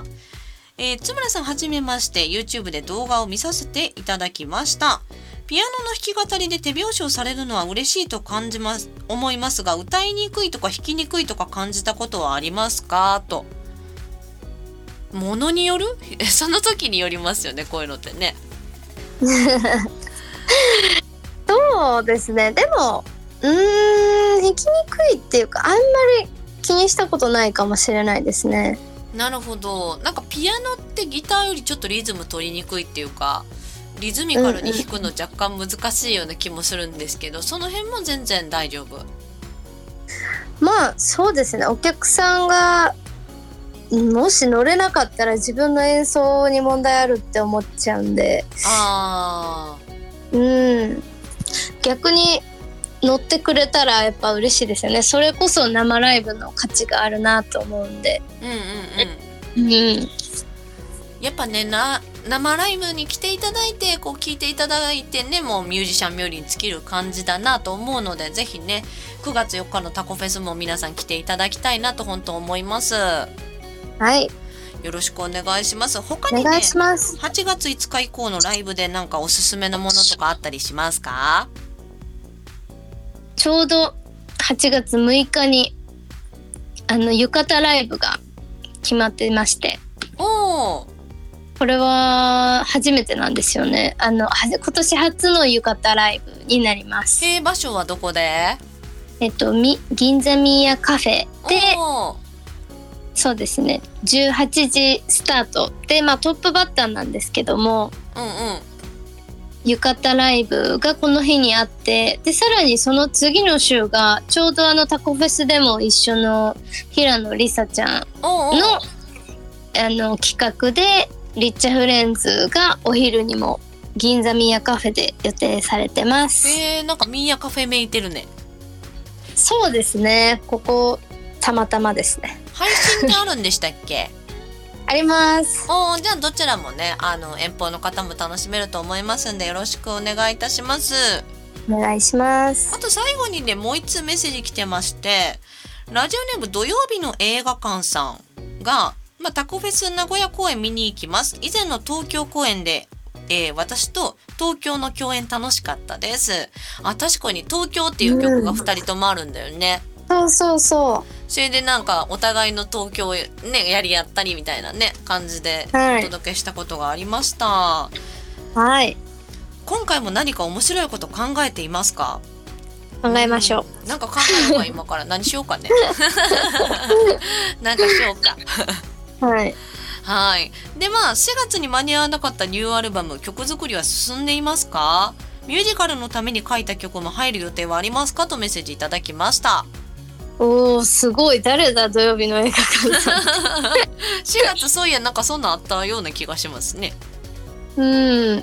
えー、津村さんはじめまして YouTube で動画を見させていただきました。ピアノの弾き語りで手拍子をされるのは嬉しいと感じます思いますが歌いにくいとか弾きにくいとか感じたことはありますかと。ものによるその時によりますよねこういうのってねそうですねでもうーん弾きにくいっていうかあんまり気にしたことないかもしれないですね。 なるほど。なんかピアノってギターよりちょっとリズム取りにくいっていうかリズミカルに弾くの若干難しいような気もするんですけど、うんうん、その辺も全然大丈夫。 まあそうですねお客さんがもし乗れなかったら自分の演奏に問題あるって思っちゃうんであうん逆に乗ってくれたらやっぱ嬉しいですよね。それこそ生ライブの価値があるなと思うんでうんうんうん、うん、やっぱねな生ライブに来ていただいてこう聴いていただいてねもうミュージシャン冥利に尽きる感じだなと思うのでぜひねくがつよっかのタコフェスも皆さん来ていただきたいなと本当思います。 はいよろしくお願いします。他にねお願いします。 はちがついつか以降のライブでなんかおすすめのものとかあったりしますか？ ちょうどはちがつむいかにあの浴衣ライブが決まってましておーこれは初めてなんですよね。あの今年初の浴衣ライブになります。 えー、場所はどこで？ えっとみ銀座ミーヤカフェで、そうですね、じゅうはちじスタートで、まあトップバッターなんですけども、 うんうん、 浴衣ライブがこの日にあって、でさらにその次の週がちょうどあのタコフェスでも一緒の平野梨沙ちゃんのおうおうあの企画でリッチャフレンズがお昼にも銀座ミーヤカフェで予定されてます。 えー、なんかミーヤカフェめいてるね。 そうですね、ここたまたまですね。 配信ってあるんでしたっけ？ あります。 おー、じゃあどちらもね、あの遠方の方も楽しめると思いますんでよろしくお願いいたします。 お願いします。 あと最後にね、もう一通メッセージ来てまして、ラジオネーム土曜日の映画館さんが、まあ、タコフェス名古屋公演見に行きます。以前の東京公演で、えー、私と東京の共演楽しかったです。あ、確かに東京っていう曲がふたりともあるんだよね。 そうそうそう。 それでなんかお互いの東京ねやり合ったりみたいなね感じでお届けしたことがありました。 はい。 今回も何か面白いこと考えていますか？ 考えましょう。 うん、なんか考えようか今から何しようかね。なんかしようか。 はい。 はい。でまあしがつに間に合わなかったニューアルバム曲作りは進んでいますか？ミュージカルのために書いた曲も入る予定はありますかとメッセージいただきました。 おー、すごい。誰だ、土曜日の映画館さん。 しがつそういやなんかそんなあったような気がしますね。 うん、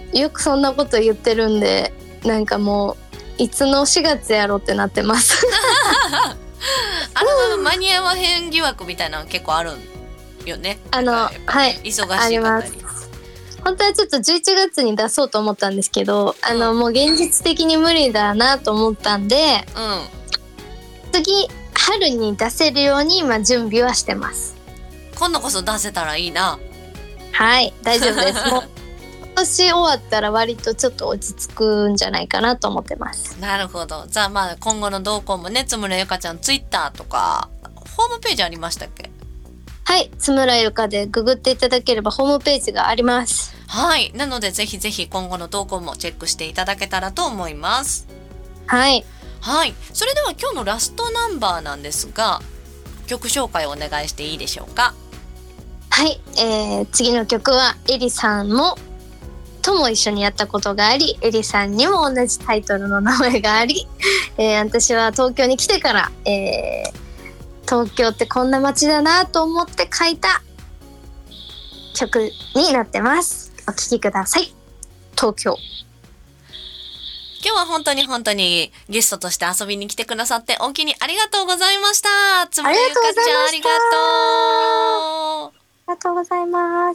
よくそんなこと言ってるんで、なんかもういつのしがつやろってなってます。 アルバム間に合わへん疑惑みたいなの結構あるんよね。 あの、はい、 忙しい方に。 本当はちょっとじゅういちがつに出そうと思ったんですけど、あの、うん、もう現実的に無理だなと思ったんで、うん、次春に出せるように今準備はしてます。 今度こそ出せたらいいな。 はい、大丈夫です。もう今年終わったら割とちょっと落ち着くんじゃないかなと思ってます。 なるほど。じゃあまあ今後の動向もね、津村ゆかちゃんツイッターとかホームページありましたっけ？ はい、津村ゆかでググっていただければホームページがあります。 はい、なのでぜひぜひ今後の動向もチェックしていただけたらと思います。 はい。 はい、それでは今日のラストナンバーなんですが、曲紹介をお願いしていいでしょうか？ はい、えー、次の曲はエリさんもとも一緒にやったことがあり、エリさんにも同じタイトルの名前があり、えー、私は東京に来てから、えー、東京ってこんな街だなと思って書いた曲になってます。お聴きください。東京。 今日は本当に本当にゲストとして遊びに来てくださっておおきにありがとうございました。つむゆかちゃんありがとう。 ありがとうございます。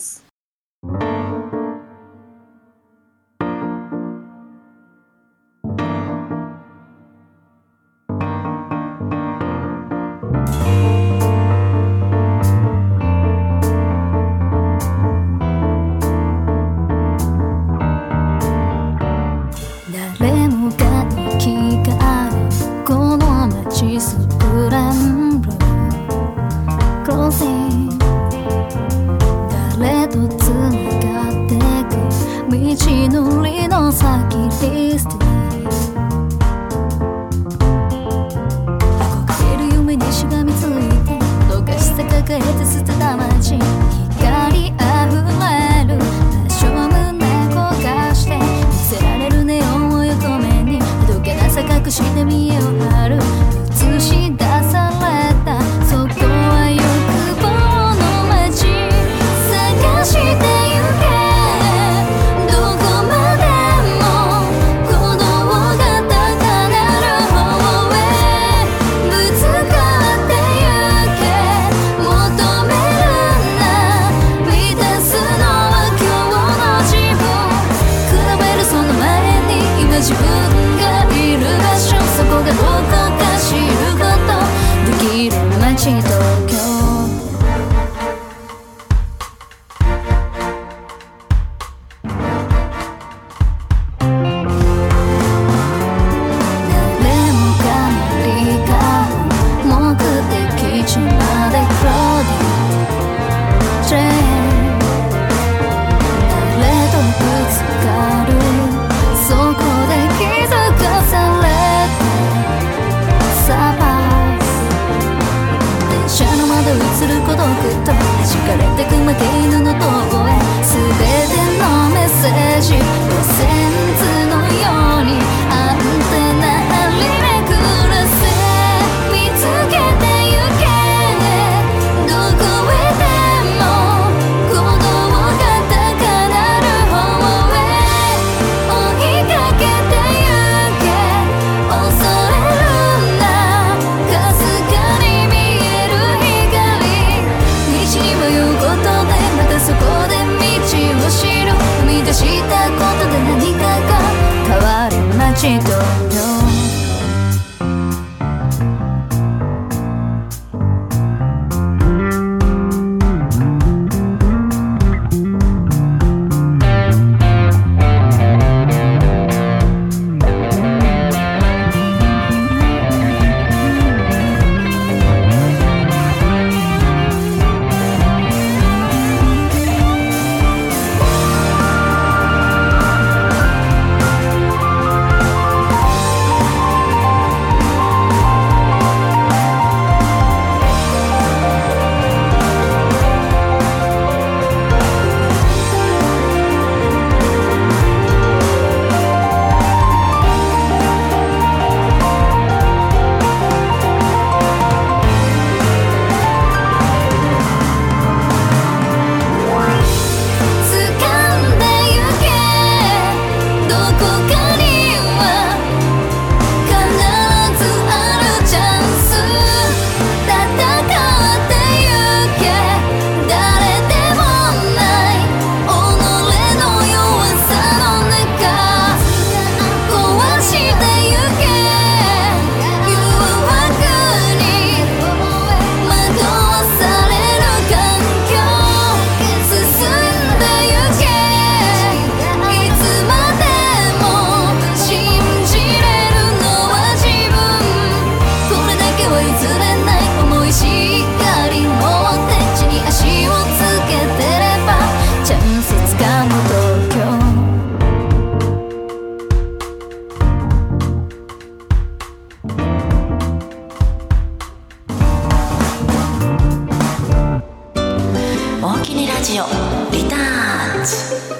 してゆけどこまでもこのリターンズ。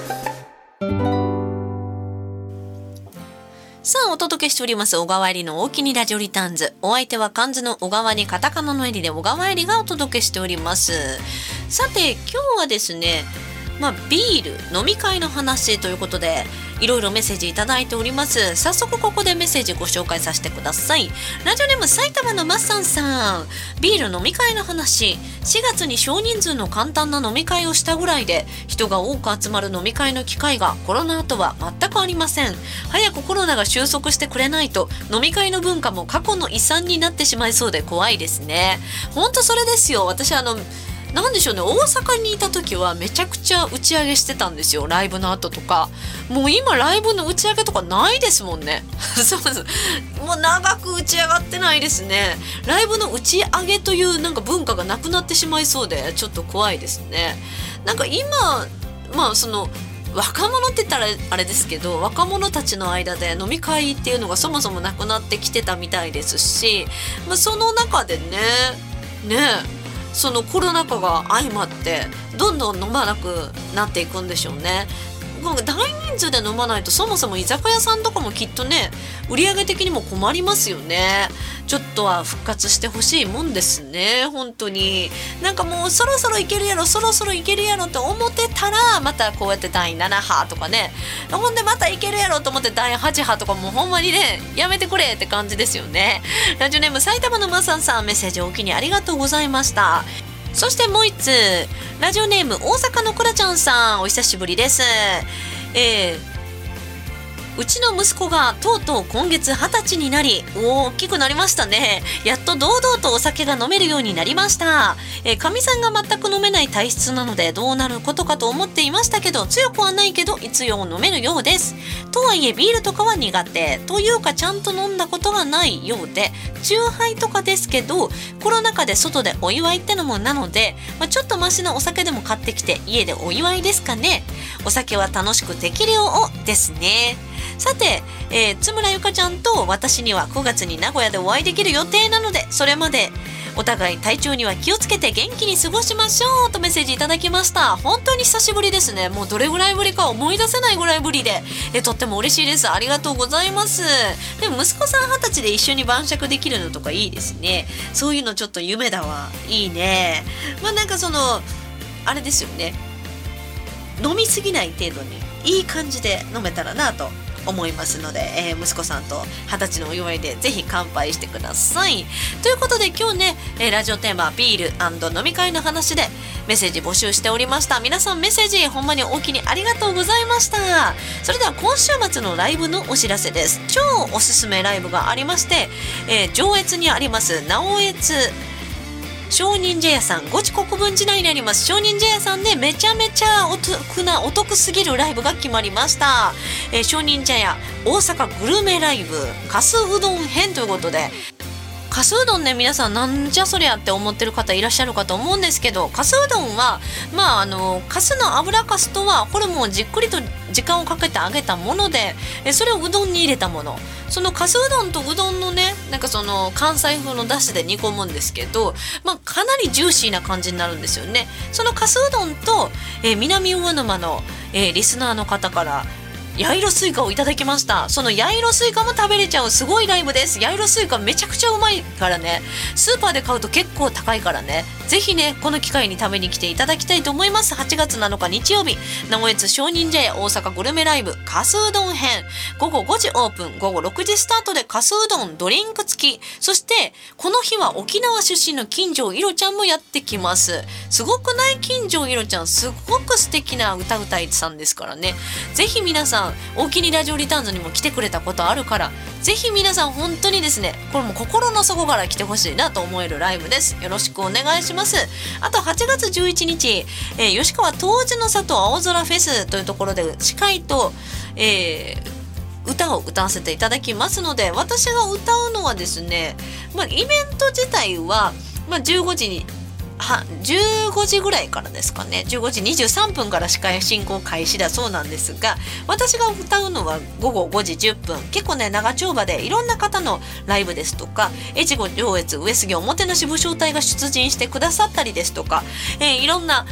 さあお届けしております小川えりの大きにラジオリターンズ。お相手は漢字の小川にカタカナのえりで小川えりがお届けしております。さて今日はですね、まあ、ビール飲み会の話ということでいろいろメッセージいただいております。早速ここでメッセージご紹介させてください。ラジオネーム埼玉のマッサンさん。ビール飲み会の話。しがつに少人数の簡単な飲み会をしたぐらいで人が多く集まる飲み会の機会がコロナ後は全くありません。早くコロナが収束してくれないと飲み会の文化も過去の遺産になってしまいそうで怖いですね。ほんとそれですよ。私あのなんでしょうね、大阪にいた時はめちゃくちゃ打ち上げしてたんですよ、ライブの後とか。もう今ライブの打ち上げとかないですもんねそうです、もう長く打ち上がってないですね。ライブの打ち上げというなんか文化がなくなってしまいそうでちょっと怖いですね。なんか今まあその若者って言ったらあれですけど、若者たちの間で飲み会っていうのがそもそもなくなってきてたみたいですし、まあ、その中でねねえそのコロナ禍が相まってどんどん飲まなくなっていくんでしょうね。大人数で飲まないとそもそも居酒屋さんとかもきっとね売り上げ的にも困りますよね。ちょっとは復活してほしいもんですね。本当になんかもうそろそろいけるやろそろそろいけるやろと思ってたらまたこうやってだいなな波とかね、ほんでまたいけるやろと思ってだいはち波とかもうほんまにねやめてくれって感じですよね。ラジオネーム埼玉のマサンさん、メッセージお気にありがとうございました。そしてもう一通、ラジオネーム大阪のくらちゃんさん、お久しぶりです。えーうちの息子がとうとう今月はたちになり、大きくなりましたね。やっと堂々とお酒が飲めるようになりました。えー、かみさんが全く飲めない体質なのでどうなることかと思っていましたけど、強くはないけど一応飲めるようです。とはいえビールとかは苦手というかちゃんと飲んだことがないようで、チューハイとかですけどコロナ禍で外でお祝いってのもなので、まあ、ちょっとマシなお酒でも買ってきて家でお祝いですかね。お酒は楽しく適量をですね。さて、えー、津村ゆかちゃんと私にはくがつに名古屋でお会いできる予定なので、それまでお互い体調には気をつけて元気に過ごしましょうとメッセージいただきました。本当に久しぶりですね。もうどれぐらいぶりか思い出せないぐらいぶりで、えとっても嬉しいです。ありがとうございます。でも息子さんはたちで一緒に晩酌できるのとかいいですね。そういうのちょっと夢だわ。いいね。まあなんかそのあれですよね、飲みすぎない程度にいい感じで飲めたらなと思いますので、えー、息子さんとはたちのお祝いでぜひ乾杯してください。ということで今日ね、えー、ラジオテーマビール&飲み会の話でメッセージ募集しておりました。皆さんメッセージほんまに大きにありがとうございました。それでは今週末のライブのお知らせです。超おすすめライブがありまして、えー、上越にあります直江津少人茶屋さん、五地国分寺内にあります少人茶屋さんでめちゃめちゃお得なお得すぎるライブが決まりました。えー、少人茶屋大阪グルメライブかすうどん編ということで、かすうどんね、皆さんなんじゃそりゃって思ってる方いらっしゃるかと思うんですけど、かすうどんはまああのかすの油かすとはホルモンをじっくりと時間をかけて揚げたもので、えそれをうどんに入れたもの。そのかすうどんとうどんのね、なんかその関西風のだしで煮込むんですけど、まあかなりジューシーな感じになるんですよね。そのかすうどんと、えー、南魚沼の、えー、リスナーの方からヤイロスイカをいただきました。そのヤイロスイカも食べれちゃうすごいライブです。ヤイロスイカめちゃくちゃうまいからね、スーパーで買うと結構高いからね、ぜひねこの機会に食べに来ていただきたいと思います。はちがつなのか日曜日、名古屋津少人茶屋大阪グルメライブかすうどん編、ごごごじオープン、ごごろくじスタートでかすうどんドリンク付き。そしてこの日は沖縄出身の金城いろちゃんもやってきます。すごくない？金城いろちゃんすごく素敵な歌歌いさんですからね。ぜひ皆さん大きにラジオリターンズにも来てくれたことあるから、ぜひ皆さん本当にですね、これも心の底から来てほしいなと思えるライブです。よろしくお願いします。あとはちがつじゅういちにち、えー、吉川冬至の里青空フェスというところで司会と、えー、歌を歌わせていただきますので、私が歌うのはですね、まあ、イベント自体は、まあ、じゅうごじにはじゅうごじぐらいからですかね、じゅうごじにじゅうさんぷんから司会進行開始だそうなんですが、私が歌うのはごごごじじゅっぷん、結構ね長丁場でいろんな方のライブですとか、越後上越上杉おもてなし武将隊が出陣してくださったりですとか、えー、いろんな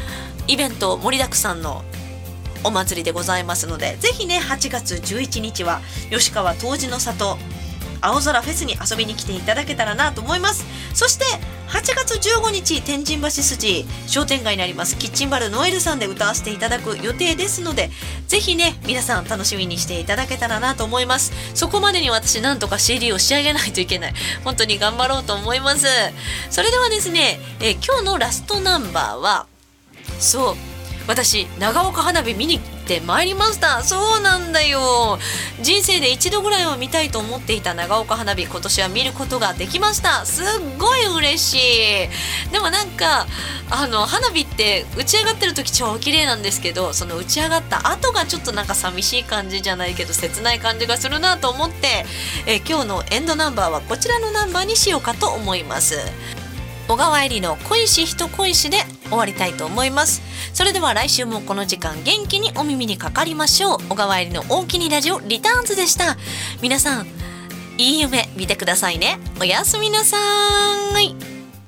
イベント盛りだくさんのお祭りでございますので、ぜひねはちがつじゅういちにちは吉川冬至の里青空フェスに遊びに来ていただけたらなと思います。そしてはちがつじゅうごにち天神橋筋商店街にありますキッチンバルノエルさんで歌わせていただく予定ですので、ぜひね皆さん楽しみにしていただけたらなと思います。そこまでに私なんとか シーディー を仕上げないといけない。本当に頑張ろうと思います。それではですね、えー今日のラストナンバーは、そう私長岡花火見に行ってまいりました。そうなんだよ、人生で一度ぐらいは見たいと思っていた長岡花火、今年は見ることができました。すっごい嬉しい。でもなんかあの花火って打ち上がってる時超綺麗なんですけど、その打ち上がった後がちょっとなんか寂しい感じじゃないけど切ない感じがするなと思って、えー今日のエンドナンバーはこちらのナンバーにしようかと思います。小川えりの恋し人恋しで終わりたいと思います。それでは来週もこの時間元気にお耳にかかりましょう。小川えりの大きにラジオリターンズでした。皆さんいい夢見てくださいね。おやすみなさーい。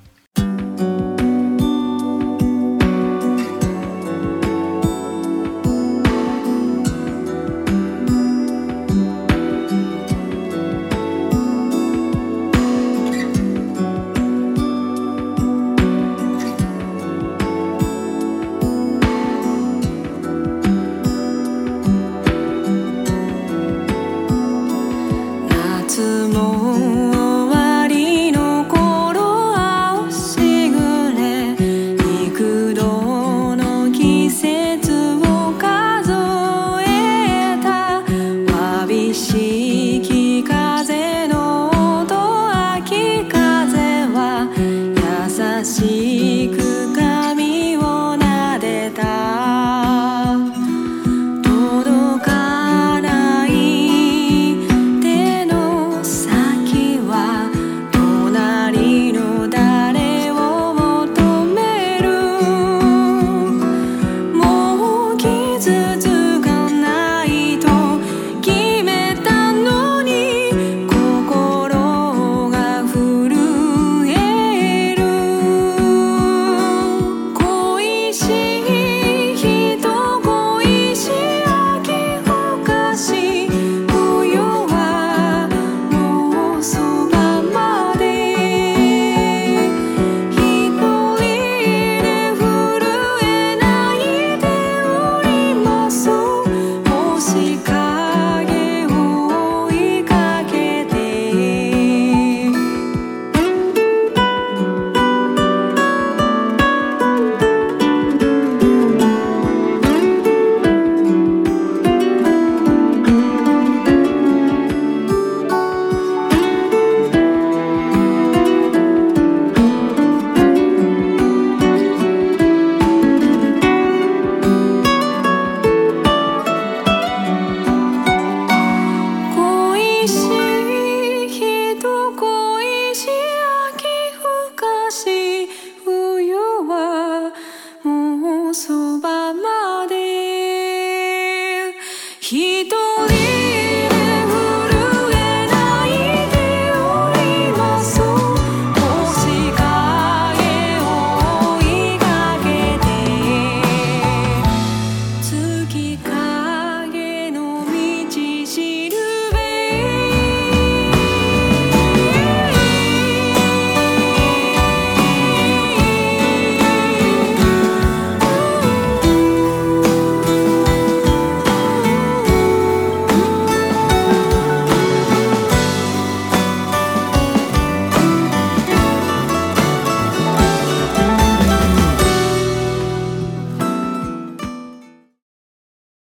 夏も終わりの頃、青しぐれ幾度の季節を数えた。わびしき風の音、秋風は優しく髪を撫でた。届かない手の先は隣の誰を求める。もう傷つかないと決めたのに、心が震える。恋しい人恋しい秋ふかし、冬はもうそばまで。一人で震えないでおります。星影を追いかけて。恋しい人恋しい秋ふかし、冬はもうそばまで。人